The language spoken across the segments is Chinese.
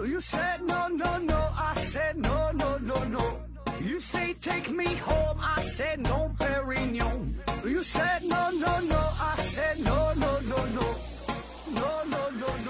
You said no, no, no, I said no, no, no, no. You say take me home, I said no, Perignon. You said no, no, no, I said no, no, no, no. No, no, no, no.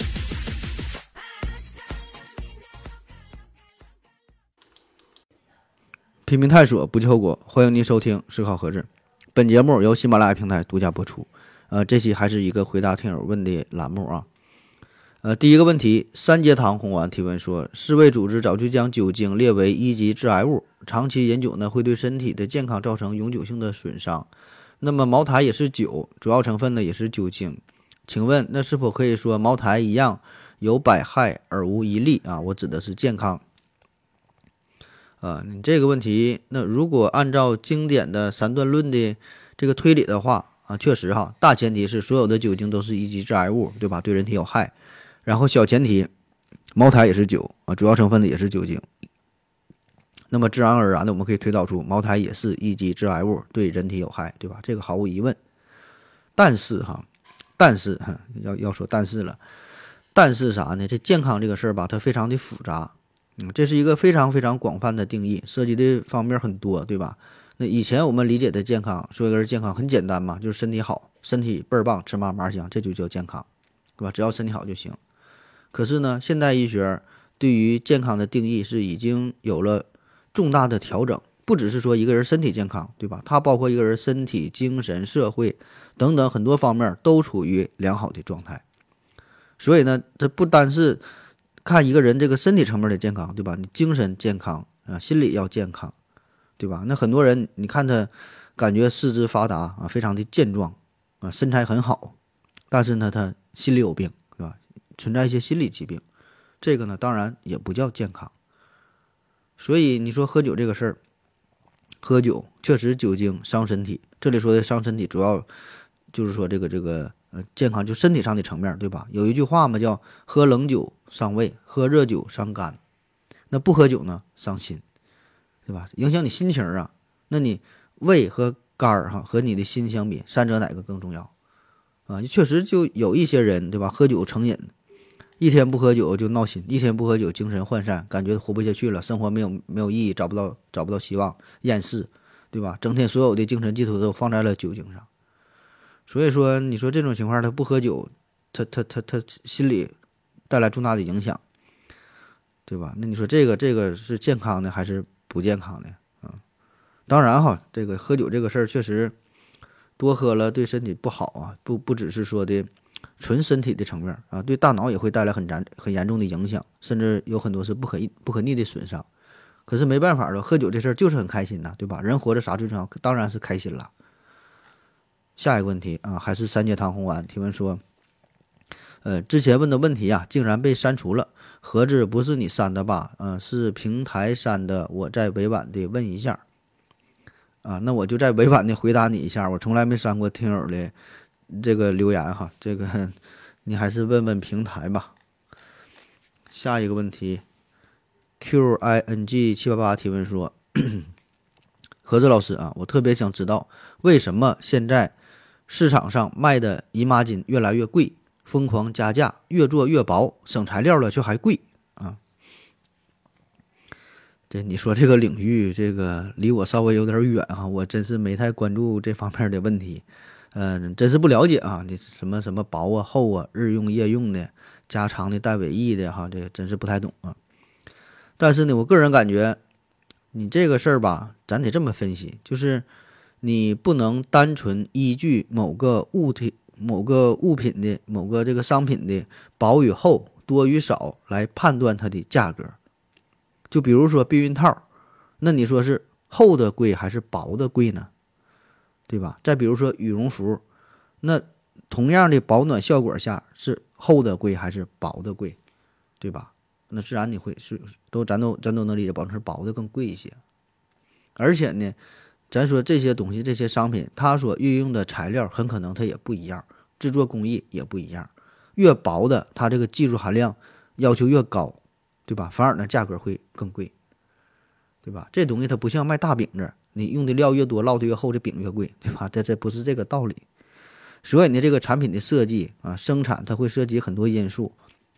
拼命探索，不计后果。欢迎您收听思考盒子。本节目由喜马拉雅平台独家播出。这期还是一个回答听友问的栏目啊。第一个问题，三阶堂红丸提问说，世卫组织早就将酒精列为一级致癌物，长期饮酒呢会对身体的健康造成永久性的损伤。那么茅台也是酒，主要成分呢也是酒精，请问那是否可以说茅台一样有百害而无一利啊？我指的是健康。你这个问题，那如果按照经典的三段论的这个推理的话啊，确实哈，大前提是所有的酒精都是一级致癌物，对吧？对人体有害。然后小前提，茅台也是酒啊，主要成分的也是酒精。那么自然而然的，我们可以推导出茅台也是一级致癌物，对人体有害，对吧？这个毫无疑问。但是要说但是了，但是啥呢？这健康这个事儿吧，它非常的复杂。这是一个非常非常广泛的定义，涉及的方面很多，对吧？那以前我们理解的健康，说一个人健康很简单嘛，就是身体好，身体倍儿棒，吃嘛嘛香，这就叫健康，对吧？只要身体好就行。可是呢，现代医学对于健康的定义是已经有了重大的调整，不只是说一个人身体健康，对吧？它包括一个人身体、精神、社会等等很多方面都处于良好的状态。所以呢，这不单是看一个人这个身体层面的健康，对吧？你精神健康啊，心理要健康，对吧？那很多人你看他感觉四肢发达啊，非常的健壮啊，身材很好，但是呢，他心里有病，对吧？存在一些心理疾病，这个呢，当然也不叫健康。所以你说喝酒这个事儿，喝酒确实酒精伤身体。这里说的伤身体，主要就是说这个健康就身体上的层面，对吧？有一句话嘛，叫喝冷酒伤胃，喝热酒伤肝。那不喝酒呢，伤心，对吧？影响你心情啊。那你胃和肝儿和你的心相比，三者哪个更重要啊？确实就有一些人，对吧？喝酒成瘾，一天不喝酒就闹心，一天不喝酒精神涣散，感觉活不下去了，生活没有意义，找不到希望，厌世，对吧？整天所有的精神寄托都放在了酒精上。所以说，你说这种情况，他不喝酒，他心里带来重大的影响，对吧？那你说这个是健康的还是不健康的啊？当然哈，这个喝酒这个事儿确实多喝了对身体不好啊，不只是说的纯身体的层面啊，对大脑也会带来很严重的影响，甚至有很多是不可逆的损伤。可是没办法了，喝酒这事儿就是很开心呐，对吧？人活着啥最重要？当然是开心了。下一个问题啊，还是三阶堂红丸提问说，之前问的问题啊，竟然被删除了，盒子不是你删的吧？是平台删的，我再委婉的问一下啊，那我就再委婉的回答你一下，我从来没删过听友的这个留言哈，这个你还是问问平台吧。下一个问题 QING788提问说，盒子老师啊，我特别想知道为什么现在市场上卖的姨妈巾越来越贵，疯狂加价，越做越薄，省材料了却还贵啊！这你说这个领域，这个离我稍微有点远哈，我真是没太关注这方面的问题，真是不了解啊。你什么薄啊、厚啊、日用、夜用的、加长的、带尾翼的哈，这个真是不太懂啊。但是呢，我个人感觉，你这个事儿吧，咱得这么分析，就是你不能单纯依据某个物品的某个这个商品的薄与厚、多与少来判断它的价格。就比如说避孕套，那你说是厚的贵还是薄的贵呢？对吧？再比如说羽绒服，那同样的保暖效果下是厚的贵还是薄的贵？对吧？那自然你会是咱都能理解，保证是薄的更贵一些。而且呢，咱说这些东西这些商品，它所运用的材料很可能它也不一样，制作工艺也不一样。越薄的，它这个技术含量要求越高，对吧？反而呢价格会更贵，对吧？这东西它不像卖大饼子，你用的料越多，烙的越厚，这饼越贵，对吧？这不是这个道理。所以呢，这个产品的设计啊，生产它会涉及很多因素，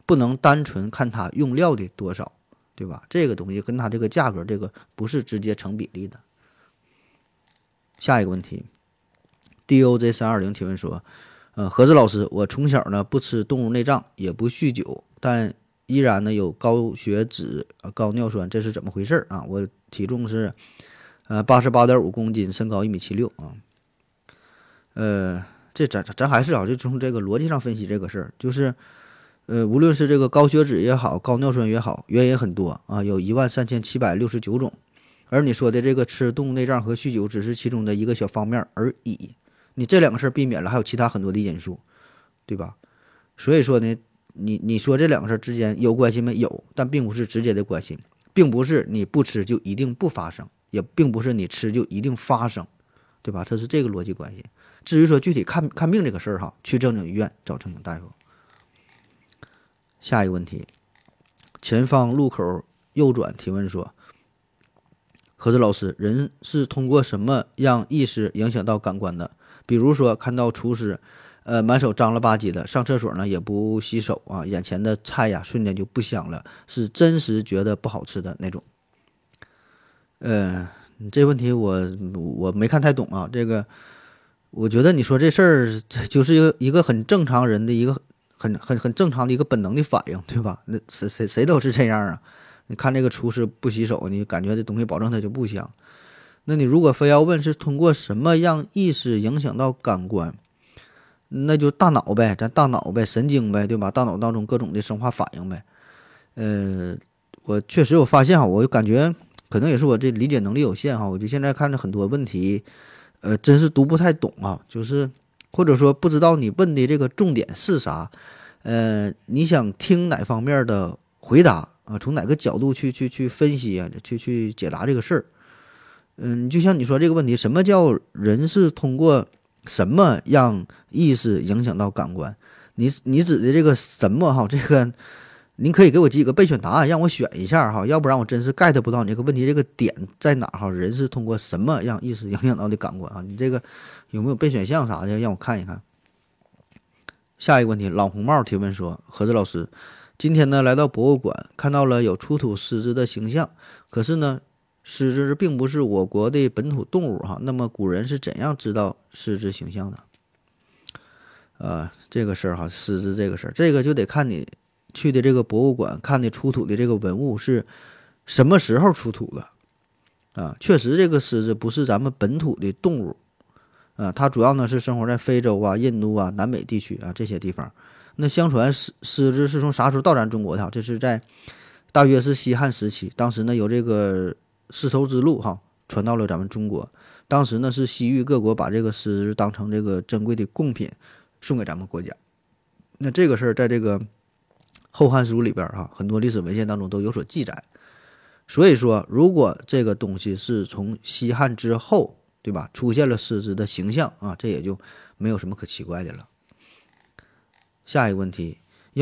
不能单纯看它用料的多少，对吧？这个东西跟它这个价格这个不是直接成比例的。下一个问题 ，DOJ320 提问说，何子老师，我从小呢不吃动物内脏，也不酗酒，但依然呢有高血脂、高尿酸，这是怎么回事啊？我体重是88.5公斤，身高1.76米啊。这咱还是就从这个逻辑上分析这个事儿，就是无论是这个高血脂也好，高尿酸也好，原因很多啊，有13769种。而你说的这个吃动物内脏和酗酒只是其中的一个小方面而已，你这两个事儿避免了，还有其他很多的因素，对吧？所以说呢，你说这两个事儿之间有关系没有？但并不是直接的关系，并不是你不吃就一定不发生，也并不是你吃就一定发生，对吧？它是这个逻辑关系。至于说具体看病这个事儿哈，去正经医院找正经大夫。下一个问题，前方路口右转提问说，何子老师，人是通过什么让意识影响到感官的？比如说看到厨师，满手脏了吧唧的，上厕所呢也不洗手啊，眼前的菜呀瞬间就不香了，是真实觉得不好吃的那种。你这问题我没看太懂啊。这个，我觉得你说这事儿就是一个很正常人的一个很正常的一个本能的反应，对吧？那谁都是这样啊。你看这个厨师不洗手，你感觉这东西保证它就不香。那你如果非要问是通过什么让意识影响到感官，那就大脑呗，咱大脑呗，神经呗，对吧？大脑当中各种的生化反应呗。我确实有发现哈，我就感觉可能也是我这理解能力有限哈，我就现在看着很多问题，真是读不太懂啊，就是或者说不知道你问的这个重点是啥，你想听哪方面的回答啊？从哪个角度去分析啊？去解答这个事儿。就像你说这个问题，什么叫人是通过什么让意识影响到感官？你指的这个什么哈？这个您可以给我几个备选答案，让我选一下哈，要不然我真是 get 不到你这个问题这个点在哪哈？人是通过什么让意识影响到的感官啊？你这个有没有备选项啥的，让我看一看。下一个问题，老红帽提问说，何子老师，今天呢来到博物馆，看到了有出土狮子的形象，可是呢，狮子并不是我国的本土动物哈，那么古人是怎样知道狮子形象的？这个事儿哈，狮子这个事儿，这个就得看你去的这个博物馆看的出土的这个文物是什么时候出土的啊？确实，这个狮子不是咱们本土的动物啊，它主要呢是生活在非洲啊、印度啊、南美地区啊这些地方。那相传狮子是从啥时候到咱中国的？这是在大约是西汉时期，当时呢有这个丝绸之路哈传到了咱们中国，当时呢是西域各国把这个狮子当成这个珍贵的贡品送给咱们国家。那这个事儿在这个《后汉书》里边哈，很多历史文献当中都有所记载。所以说，如果这个东西是从西汉之后，对吧，出现了狮子的形象啊，这也就没有什么可奇怪的了。下一个问题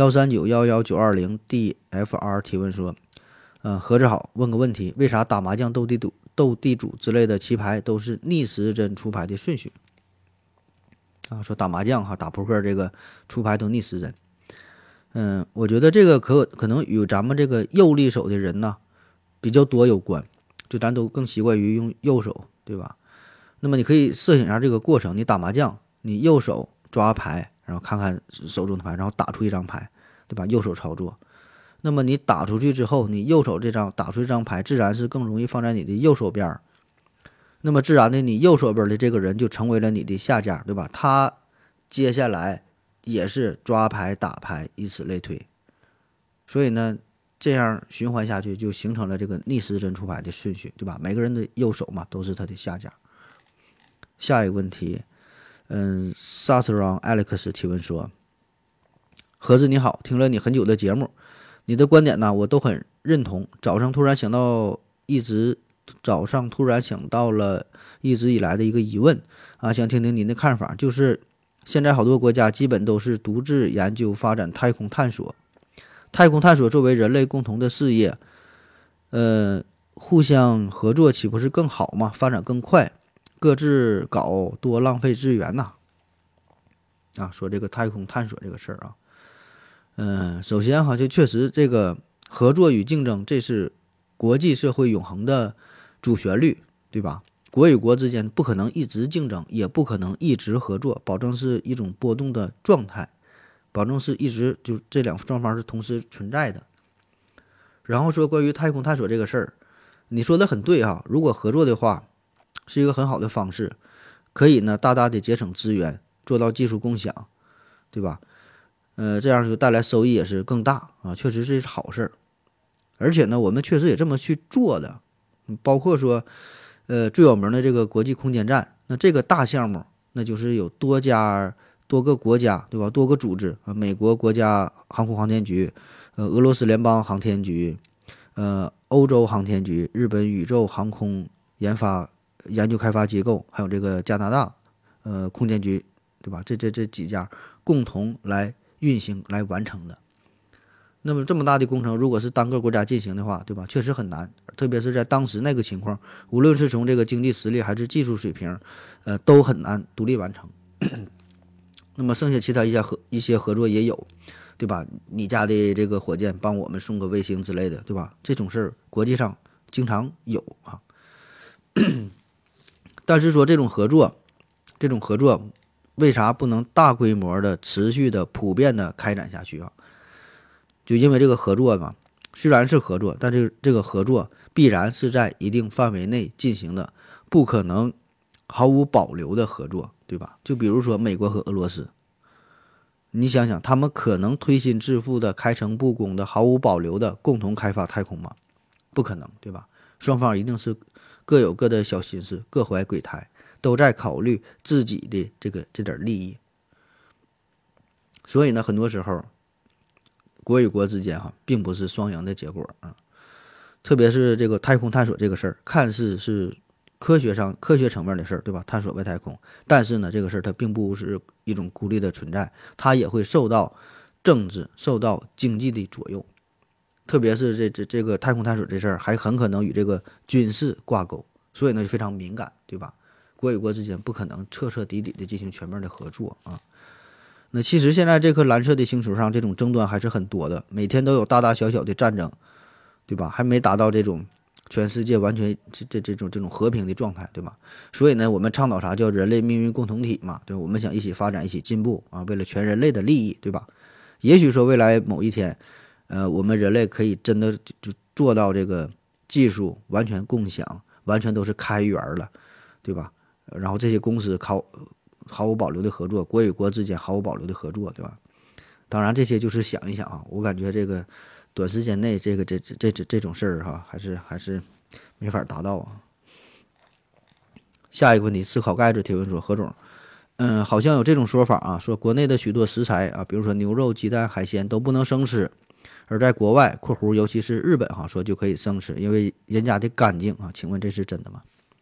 139119202DFR 提问说，何子好，问个问题，为啥打麻将、斗地主之类的棋牌都是逆时针出牌的顺序？啊，说打麻将哈、打扑克这个出牌都逆时针。我觉得这个可能与咱们这个右利手的人呢比较多有关，就咱都更习惯于用右手，对吧？那么你可以设想一下这个过程，你打麻将，你右手抓牌，然后看看手中的牌，然后打出一张牌，对吧？右手操作。那么你打出去之后，你右手打出一张牌，自然是更容易放在你的右手边儿。那么自然的，你右手边的这个人就成为了你的下家，对吧？他接下来也是抓牌打牌，以此类推。所以呢，这样循环下去，就形成了这个逆时针出牌的顺序，对吧？每个人的右手嘛，都是他的下家。下一个问题，Sasron Alex 提问说，何子你好，听了你很久的节目，你的观点呢我都很认同。早上突然想到了一直以来的一个疑问啊，想听听您的看法，就是现在好多国家基本都是独自研究发展太空探索，太空探索作为人类共同的事业，互相合作岂不是更好吗？发展更快，各自搞多浪费资源呐。说这个太空探索这个事儿啊， 首先哈，就确实这个合作与竞争，这是国际社会永恒的主旋律，对吧？国与国之间不可能一直竞争，也不可能一直合作，保证是一种波动的状态，保证是一直就这两双方是同时存在的。然后说关于太空探索这个事儿，你说的很对哈，如果合作的话，是一个很好的方式，可以呢大大的节省资源，做到技术共享，对吧？这样就带来收益也是更大啊，确实是好事儿。而且呢，我们确实也这么去做的，包括说，最有名的这个国际空间站，那这个大项目，那就是有多个国家，对吧？多个组织啊，美国国家航空航天局，俄罗斯联邦航天局，欧洲航天局，日本宇宙航空研究开发机构，还有这个加拿大，空间局，对吧？这几家共同来运行来完成的。那么这么大的工程，如果是单个国家进行的话，对吧？确实很难，特别是在当时那个情况，无论是从这个经济实力还是技术水平，都很难独立完成。那么剩下其他一些合作也有，对吧？你家的这个火箭帮我们送个卫星之类的，对吧？这种事儿国际上经常有啊。但是说这种合作为啥不能大规模的、持续的、普遍的开展下去啊？就因为这个合作嘛，虽然是合作，但这个合作必然是在一定范围内进行的，不可能毫无保留的合作，对吧？就比如说美国和俄罗斯，你想想，他们可能推心置腹的、开诚布公的、毫无保留的共同开发太空吗？不可能，对吧？双方一定是各有各的小心思，各怀鬼胎，都在考虑自己的这点利益。所以呢，很多时候国与国之间并不是双赢的结果啊。特别是这个太空探索这个事儿，看似是科学层面的事儿，对吧？探索外太空，但是呢，这个事儿它并不是一种孤立的存在，它也会受到政治、受到经济的左右。特别是这个太空探索这事儿，还很可能与这个军事挂钩，所以呢就非常敏感，对吧？国与国之间不可能彻彻底底的进行全面的合作啊。那其实现在这颗蓝色的星球上，这种争端还是很多的，每天都有大大小小的战争，对吧？还没达到这种全世界完全这种和平的状态，对吧？所以呢，我们倡导啥叫人类命运共同体嘛，对吧？我们想一起发展，一起进步啊，为了全人类的利益，对吧？也许说未来某一天，我们人类可以真的就做到这个技术完全共享，完全都是开源了，对吧？然后这些公司毫无保留的合作，国与国之间毫无保留的合作，对吧？当然这些就是想一想啊，我感觉这个短时间内这种事儿还是没法达到啊。下一个问题，思考盖子提问说，何总，好像有这种说法啊，说国内的许多食材啊，比如说牛肉、鸡蛋、海鲜都不能生吃，而在国外（括弧尤其是日本说就可以生吃，因为人家的干净啊），请问这是真的吗？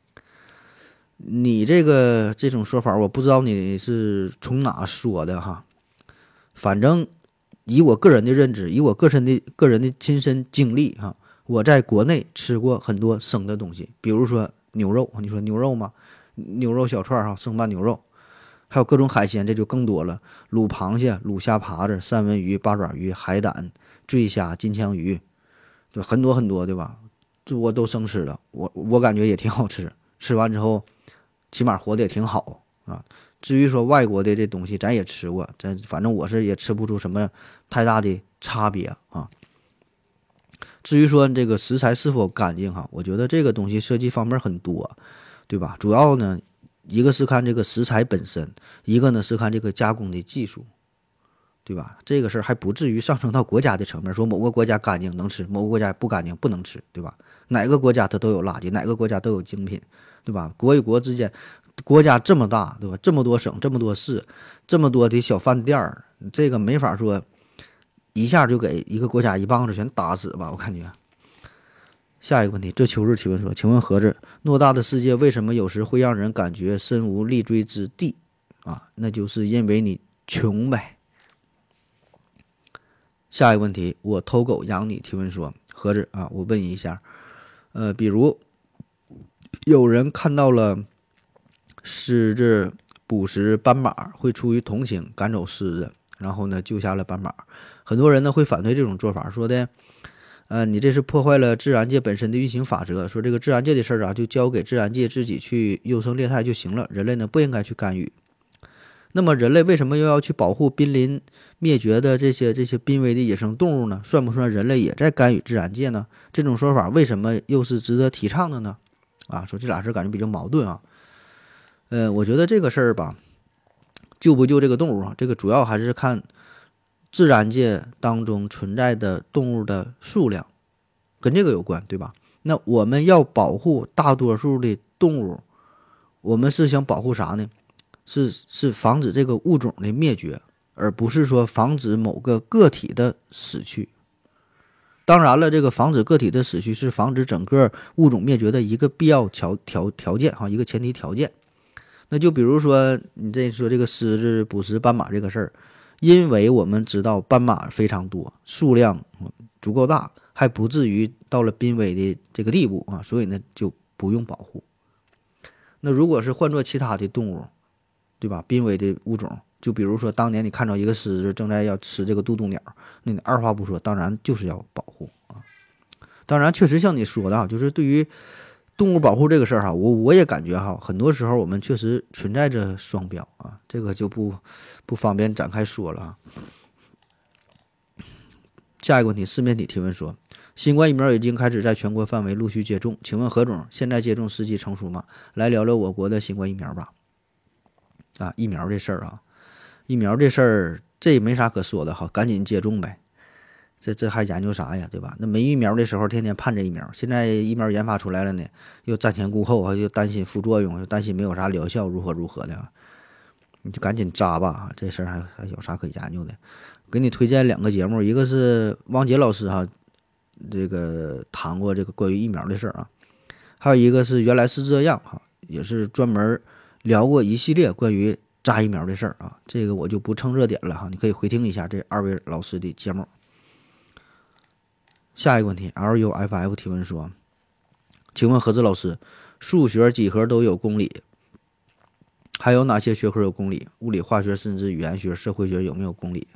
你这种说法，我不知道你是从哪说的哈。反正以我个人的认知，以我个人的亲身经历哈，我在国内吃过很多生的东西，比如说牛肉，你说牛肉吗？牛肉小串生拌牛肉，还有各种海鲜，这就更多了，卤螃蟹、卤虾爬子、三文鱼、八爪鱼、海胆、醉虾、金枪鱼，就很多很多，对吧？这我都生吃了，我感觉也挺好吃，吃完之后起码活得也挺好啊。至于说外国的这东西，咱也吃过，反正我是也吃不出什么太大的差别啊。至于说这个食材是否干净我觉得这个东西涉及方面很多，对吧？主要呢，一个是看这个食材本身，一个呢是看这个加工的技术，对吧？这个事儿还不至于上升到国家的层面，说某个国家干净能吃，某个国家不干净不能吃，对吧？哪个国家它都有垃圾，哪个国家都有精品，对吧？国与国之间，国家这么大，对吧？这么多省，这么多市，这么多的小饭店儿，这个没法说一下就给一个国家一棒子全打死吧，我感觉。下一个问题，这秋日提问说，请问盒子，偌大的世界为什么有时会让人感觉身无立锥之地啊？那就是因为你穷呗。下一个问题，我偷狗养你提问说，盒子啊，我问一下，比如有人看到了狮子捕食斑马，会出于同情赶走狮子， 然后呢救下了斑马。很多人呢会反对这种做法，说的你这是破坏了自然界本身的运行法则，说这个自然界的事儿啊就交给自然界自己去优胜劣汰就行了，人类呢不应该去干预。那么人类为什么又要去保护濒临灭绝的这些濒危的野生动物呢？算不算人类也在干预自然界呢？这种说法为什么又是值得提倡的呢？说这俩事感觉比较矛盾啊。我觉得这个事儿吧，救不救这个动物啊，这个主要还是看自然界当中存在的动物的数量，跟这个有关，对吧？那我们要保护大多数的动物，我们是想保护啥呢？是防止这个物种的灭绝，而不是说防止某个个体的死去。当然了，这个防止个体的死去是防止整个物种灭绝的一个必要条件哈，一个前提条件。那就比如说你说这个狮子捕食斑马这个事儿，因为我们知道斑马非常多，数量足够大，还不至于到了濒危的这个地步啊，所以呢就不用保护。那如果是换做其他的动物，对吧？濒危的物种，就比如说当年你看到一个狮子正在要吃这个渡渡鸟，那你二话不说，当然就是要保护啊。当然，确实像你说的啊，就是对于动物保护这个事儿哈，我也感觉哈，很多时候我们确实存在着双标啊，这个就不方便展开说了啊。下一个问题，四面体提问说，新冠疫苗已经开始在全国范围陆续接种，请问何总，现在接种时机成熟吗？来聊聊我国的新冠疫苗吧。疫苗这事儿啊，这也没啥可说的哈，赶紧接种呗。这还研究啥呀，对吧？那没疫苗的时候，天天盼着疫苗，现在疫苗研发出来了呢，又瞻前顾后，又担心副作用，又担心没有啥疗效，如何的，你就赶紧扎吧，这事儿还有啥可研究的？给你推荐2个节目，一个是汪杰老师哈，这个谈过这个关于疫苗的事儿啊，还有一个是原来是这样哈，也是专门聊过一系列关于扎疫苗的事儿啊，这个我就不蹭热点了哈，你可以回听一下这2位老师的节目。下一个问题 ，LUFF 提问说，请问何子老师，数学几何都有公理，还有哪些学科有公理？物理、化学甚至语言学、社会学有没有公理？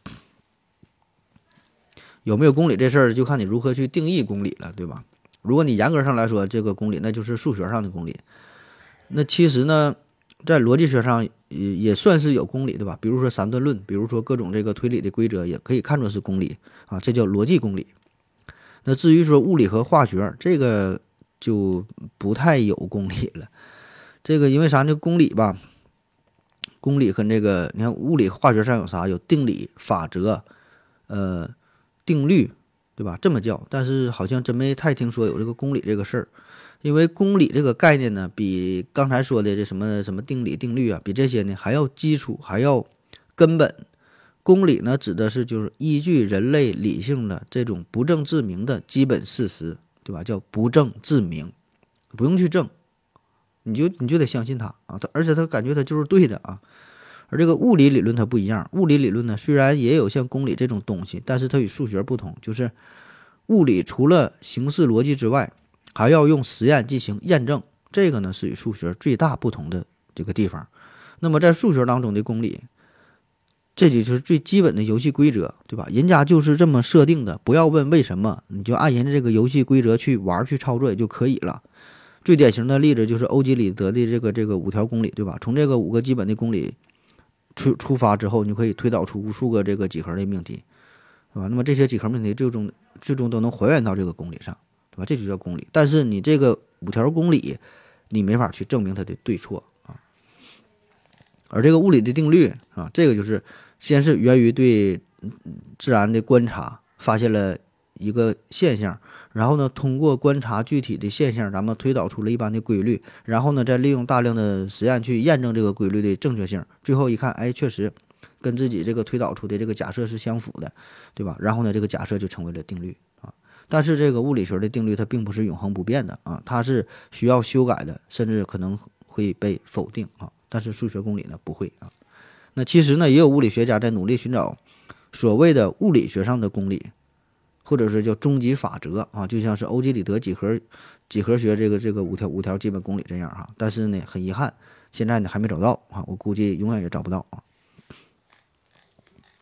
有没有公理这事儿就看你如何去定义公理了，对吧？如果你严格上来说这个公理，那就是数学上的公理。那其实呢，在逻辑学上也算是有公理，对吧？比如说三段论，比如说各种这个推理的规则，也可以看作是公理啊，这叫逻辑公理。那至于说物理和化学，这个就不太有公理了。这个因为啥呢？公理吧，公理和这个你看物理化学上有啥？有定理、法则，定律，对吧？这么叫，但是好像真没太听说有这个公理这个事儿。因为公理这个概念呢，比刚才说的这什么定理、定律啊，比这些呢还要基础，还要根本。公理呢，指的是就是依据人类理性的这种不证自明的基本事实，对吧？叫不证自明，不用去证，你就得相信它啊，而且他感觉它就是对的啊。而这个物理理论它不一样，物理理论呢虽然也有像公理这种东西，但是它与数学不同，就是物理除了形式逻辑之外，还要用实验进行验证，这个呢是与数学最大不同的这个地方。那么在数学当中的公理，这就是最基本的游戏规则，对吧？人家就是这么设定的，不要问为什么，你就按人家这个游戏规则去玩去操作也就可以了。最典型的例子就是欧几里得的这个5条公理，对吧？从这个5个基本的公理出发之后，你就可以推导出无数个这个几何的命题，对吧？那么这些几何命题最终都能还原到这个公理上，对吧？这就叫公理。但是你这个5条公理，你没法去证明它的对错啊。而这个物理的定律啊，这个就是先是源于对自然的观察，发现了一个现象，然后呢，通过观察具体的现象，咱们推导出了一般的规律，然后呢，再利用大量的实验去验证这个规律的正确性，最后一看，哎，确实跟自己这个推导出的这个假设是相符的，对吧？然后呢，这个假设就成为了定律啊。但是这个物理学的定律它并不是永恒不变的啊，它是需要修改的，甚至可能会被否定啊。但是数学公理呢不会啊。那其实呢，也有物理学家在努力寻找所谓的物理学上的公理，或者是叫终极法则啊，就像是欧几里得几何学这个五条基本公理这样哈。但是呢，很遗憾，现在呢还没找到啊，我估计永远也找不到啊。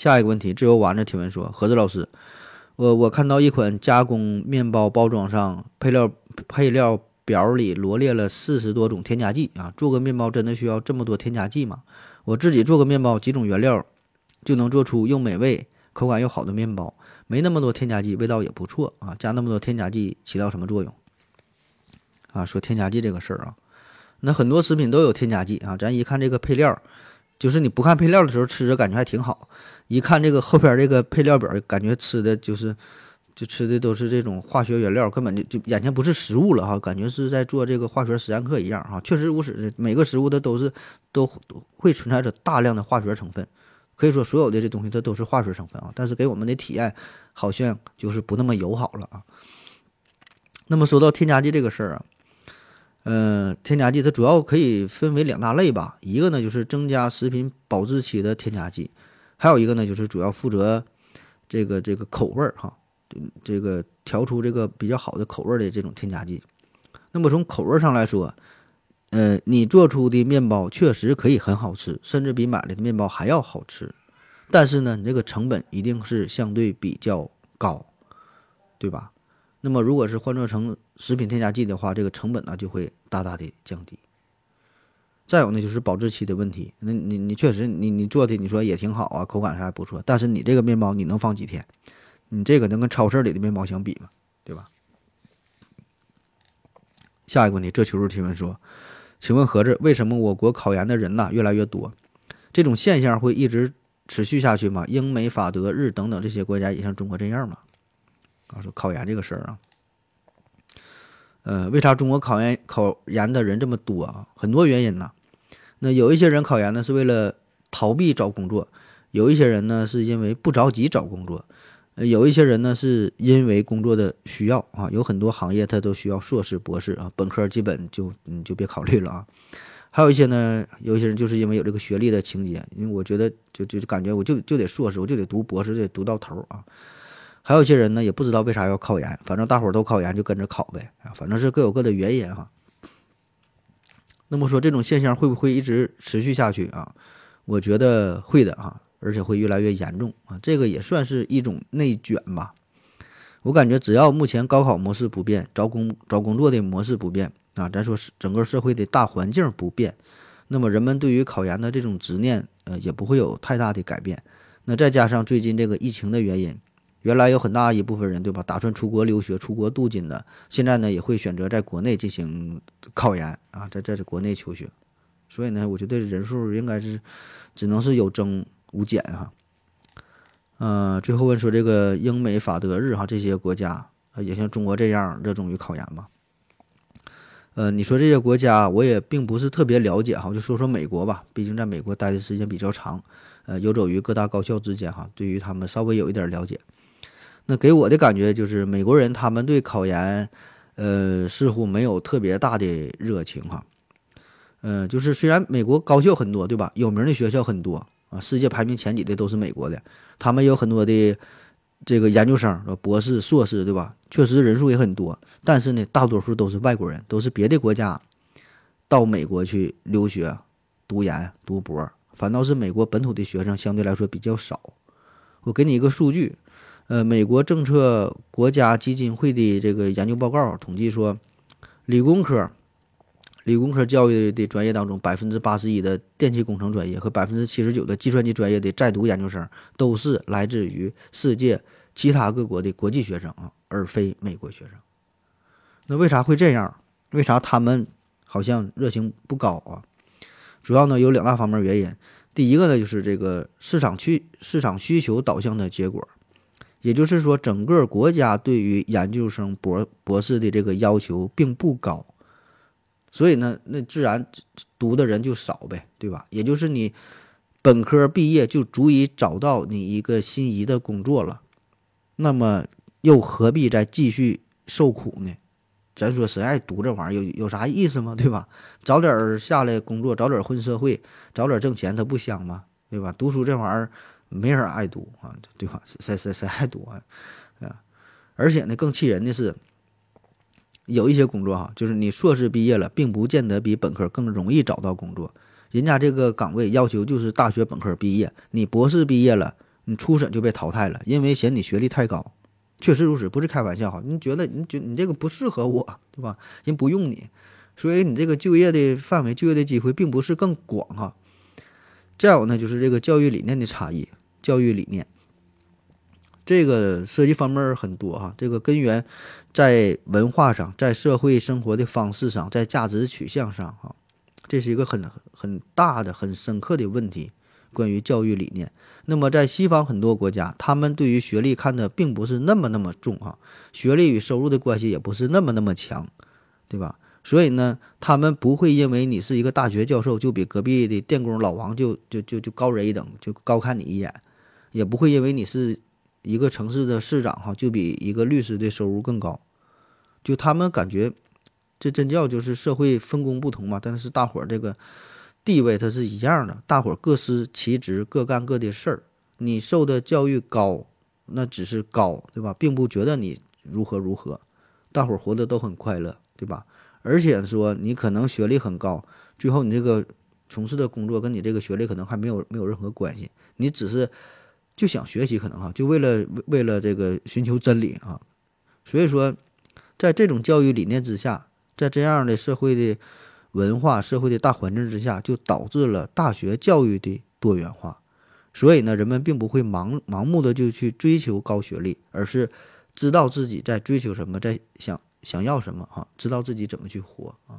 下一个问题，自由丸子提问说，何子老师，我看到一款加工面包包装上配料表里罗列了40多种添加剂啊，做个面包真的需要这么多添加剂吗？我自己做个面包，几种原料就能做出又美味、口感又好的面包，没那么多添加剂，味道也不错啊。加那么多添加剂起到什么作用啊？说添加剂这个事儿啊，那很多食品都有添加剂啊，咱一看这个配料，就是你不看配料的时候吃着感觉还挺好，一看这个后边这个配料表，感觉吃的就吃的都是这种化学原料，根本就眼前不是食物了哈，感觉是在做这个化学实验课一样哈。确实如此，每个食物它都会存在着大量的化学成分，可以说所有的这东西它都是化学成分啊，但是给我们的体验好像就是不那么友好了啊。那么说到添加剂这个事儿啊，添加剂它主要可以分为2大类吧，一个呢就是增加食品保质期的添加剂，还有一个呢就是主要负责这个口味儿哈，这个调出这个比较好的口味的这种添加剂。那么从口味上来说，你做出的面包确实可以很好吃，甚至比买来的面包还要好吃，但是呢，你这个成本一定是相对比较高，对吧？那么如果是换做成食品添加剂的话，这个成本呢就会大大的降低。再有呢就是保质期的问题，那你确实你做的你说也挺好啊，口感还不错，但是你这个面包你能放几天？你这个能跟超市里的面包相比吗？对吧？下一个问题，这求助提问说，请问盒子，为什么我国考研的人越来越多？这种现象会一直持续下去吗？英美法德日等等这些国家也像中国这样吗？说考研这个事儿啊，为啥中国考研的人这么多啊？很多原因呢。那有一些人考研呢是为了逃避找工作，有一些人呢是因为不着急找工作，有一些人呢是因为工作的需要啊，有很多行业它都需要硕士、博士啊，本科基本你就别考虑了啊。还有一些呢，有一些人就是因为有这个学历的情节，因为我觉得就感觉我就得硕士，我就得读博士，就得读到头啊。还有一些人呢，也不知道为啥要考研，反正大伙儿都考研就跟着考呗啊，反正是各有各的原因哈。那么说这种现象会不会一直持续下去啊？我觉得会的啊，而且会越来越严重啊，这个也算是一种内卷吧。我感觉只要目前高考模式不变，找工作的模式不变啊，咱说整个社会的大环境不变，那么人们对于考研的这种执念也不会有太大的改变。那再加上最近这个疫情的原因，原来有很大一部分人对吧，打算出国留学、出国镀金的，现在呢也会选择在国内进行考研啊，在国内求学。所以呢，我觉得人数应该是只能是有增无减哈。最后问说这个英美法德日哈这些国家也像中国这样热衷于考研吗？你说这些国家我也并不是特别了解哈，就说美国吧，毕竟在美国待的时间比较长，游走于各大高校之间哈，对于他们稍微有一点了解。那给我的感觉就是美国人他们对考研似乎没有特别大的热情哈。就是虽然美国高校很多对吧，有名的学校很多啊，世界排名前几的都是美国的，他们有很多的这个研究生、博士、硕士对吧，确实人数也很多，但是呢大多数都是外国人，都是别的国家到美国去留学、读研、读博，反倒是美国本土的学生相对来说比较少。我给你一个数据，美国政策国家基金会的这个研究报告统计说，理工科教育的专业当中，81%的电气工程专业和79%的计算机专业的在读研究生都是来自于世界其他各国的国际学生啊，而非美国学生。那为啥会这样？为啥他们好像热情不高啊？主要呢有2大方面原因。第一个呢就是这个市场需求导向的结果，也就是说整个国家对于研究生博士的这个要求并不高。所以呢，那自然读的人就少呗，对吧？也就是你本科毕业就足以找到你一个心仪的工作了，那么又何必再继续受苦呢？咱说谁爱读这玩意儿有啥意思吗？对吧？早点下来工作，早点混社会，早点挣钱，它不香吗？对吧？读书这玩意儿没人爱读啊，对吧？谁爱读啊？而且呢，更气人的是，有一些工作哈，就是你硕士毕业了，并不见得比本科更容易找到工作。人家这个岗位要求就是大学本科毕业，你博士毕业了， 你初审就被淘汰了，因为嫌你学历太高。确实如此，不是开玩笑哈。你觉得你这个不适合我，对吧？人不用你，所以你这个就业的范围、就业的机会并不是更广哈。再有呢，就是这个教育理念的差异，教育理念这个涉及方面很多哈。这个根源在文化上，在社会生活的方式上，在价值取向上哈。这是一个很大的、很深刻的问题，关于教育理念。那么在西方很多国家，他们对于学历看的并不是那么重啊，学历与收入的关系也不是那么强，对吧？所以呢，他们不会因为你是一个大学教授，就比隔壁的电工老王就高人一等，就高看你一眼，也不会因为你是一个城市的市长哈，就比一个律师的收入更高。就他们感觉这真叫就是社会分工不同嘛，但是大伙儿这个地位它是一样的，大伙儿各司其职，各干各的事儿。你受的教育高，那只是高，对吧？并不觉得你如何，大伙儿活得都很快乐，对吧？而且说你可能学历很高，最后你这个从事的工作跟你这个学历可能还没有任何关系，你只是就想学习，可能哈，就为了这个寻求真理啊。所以说，在这种教育理念之下，在这样的社会的文化、社会的大环境之下，就导致了大学教育的多元化。所以呢，人们并不会盲目的就去追求高学历，而是知道自己在追求什么，在想要什么啊，知道自己怎么去活啊。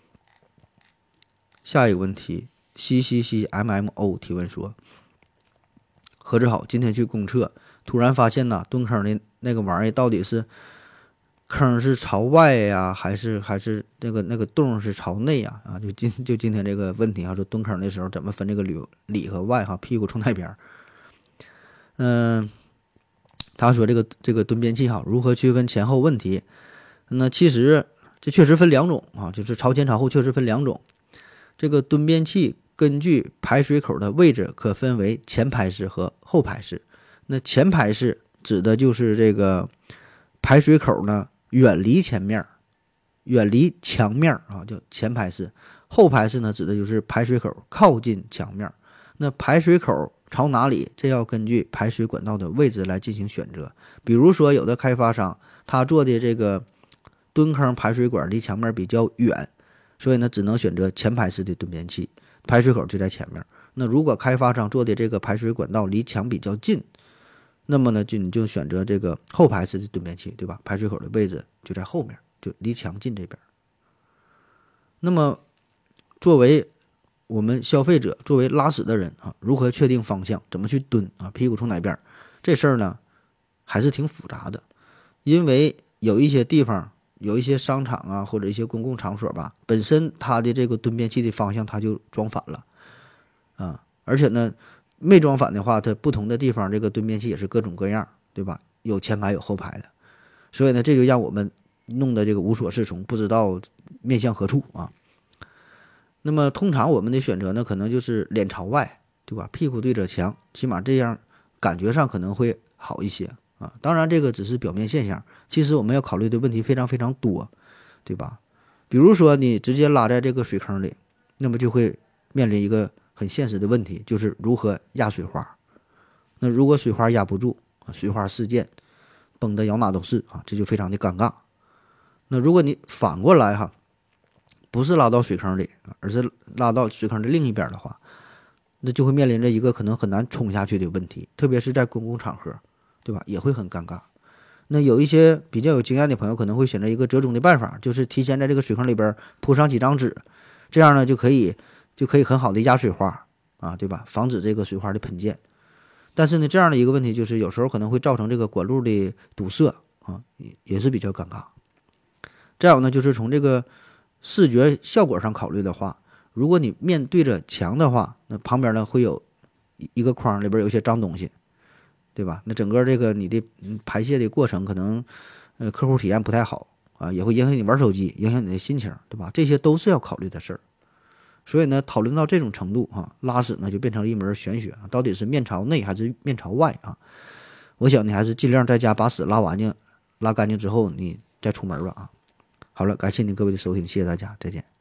下一个问题 ，CCCMMO 提问说：何志好，今天去公厕，突然发现呐，蹲坑的那个玩意到底是坑是朝外呀，还是那个洞是朝内呀？啊，就今天这个问题哈，说蹲坑的时候怎么分这个里和外哈，屁股冲哪边？他说这个蹲便器哈，如何区分前后问题？那其实这确实分两种啊，就是朝前朝后确实分两种。这个蹲便器根据排水口的位置可分为前排式和后排式。那前排式指的就是这个排水口呢远离前面，远离墙面啊，叫前排式。后排式呢指的就是排水口靠近墙面。那排水口朝哪里，这要根据排水管道的位置来进行选择。比如说有的开发商他做的这个蹲坑排水管离墙面比较远，所以呢只能选择前排式的蹲便器，排水口就在前面。那如果开发商做的这个排水管道离墙比较近，那么呢你就选择这个后排式的蹲便器，对吧？排水口的位置就在后面，就离墙近这边。那么作为我们消费者，作为拉屎的人啊，如何确定方向，怎么去蹲啊，屁股冲哪边，这事儿呢还是挺复杂的。因为有一些地方，有一些商场啊，或者一些公共场所吧，本身它的这个蹲便器的方向它就装反了啊，而且呢没装反的话，它不同的地方这个蹲便器也是各种各样，对吧？有前排有后排的，所以呢这就让我们弄得这个无所适从，不知道面向何处啊。那么通常我们的选择呢，可能就是脸朝外，对吧？屁股对着墙，起码这样感觉上可能会好一些啊。当然这个只是表面现象，其实我们要考虑的问题非常非常多，对吧？比如说你直接拉在这个水坑里，那么就会面临一个很现实的问题，就是如何压水花。那如果水花压不住啊，水花四溅，崩得摇哪都是啊，这就非常的尴尬。那如果你反过来哈，不是拉到水坑里，而是拉到水坑的另一边的话，那就会面临着一个可能很难冲下去的问题，特别是在公共场合，对吧？也会很尴尬。那有一些比较有经验的朋友可能会选择一个折中的办法，就是提前在这个水坑里边铺上几张纸，这样呢就可以很好的压水花啊，对吧？防止这个水花的喷溅。但是呢，这样的一个问题就是有时候可能会造成这个管路的堵塞啊，也是比较尴尬。再有呢，就是从这个视觉效果上考虑的话，如果你面对着墙的话，那旁边呢会有一个框，里边有一些脏东西，对吧？那整个这个你的排泄的过程可能客户体验不太好啊，也会影响你玩手机，影响你的心情，对吧？这些都是要考虑的事儿。所以呢，讨论到这种程度啊，拉屎呢就变成了一门玄学啊，到底是面朝内还是面朝外啊？我想你还是尽量在家把屎拉干净之后，你再出门吧啊。好了，感谢您各位的收听，谢谢大家，再见。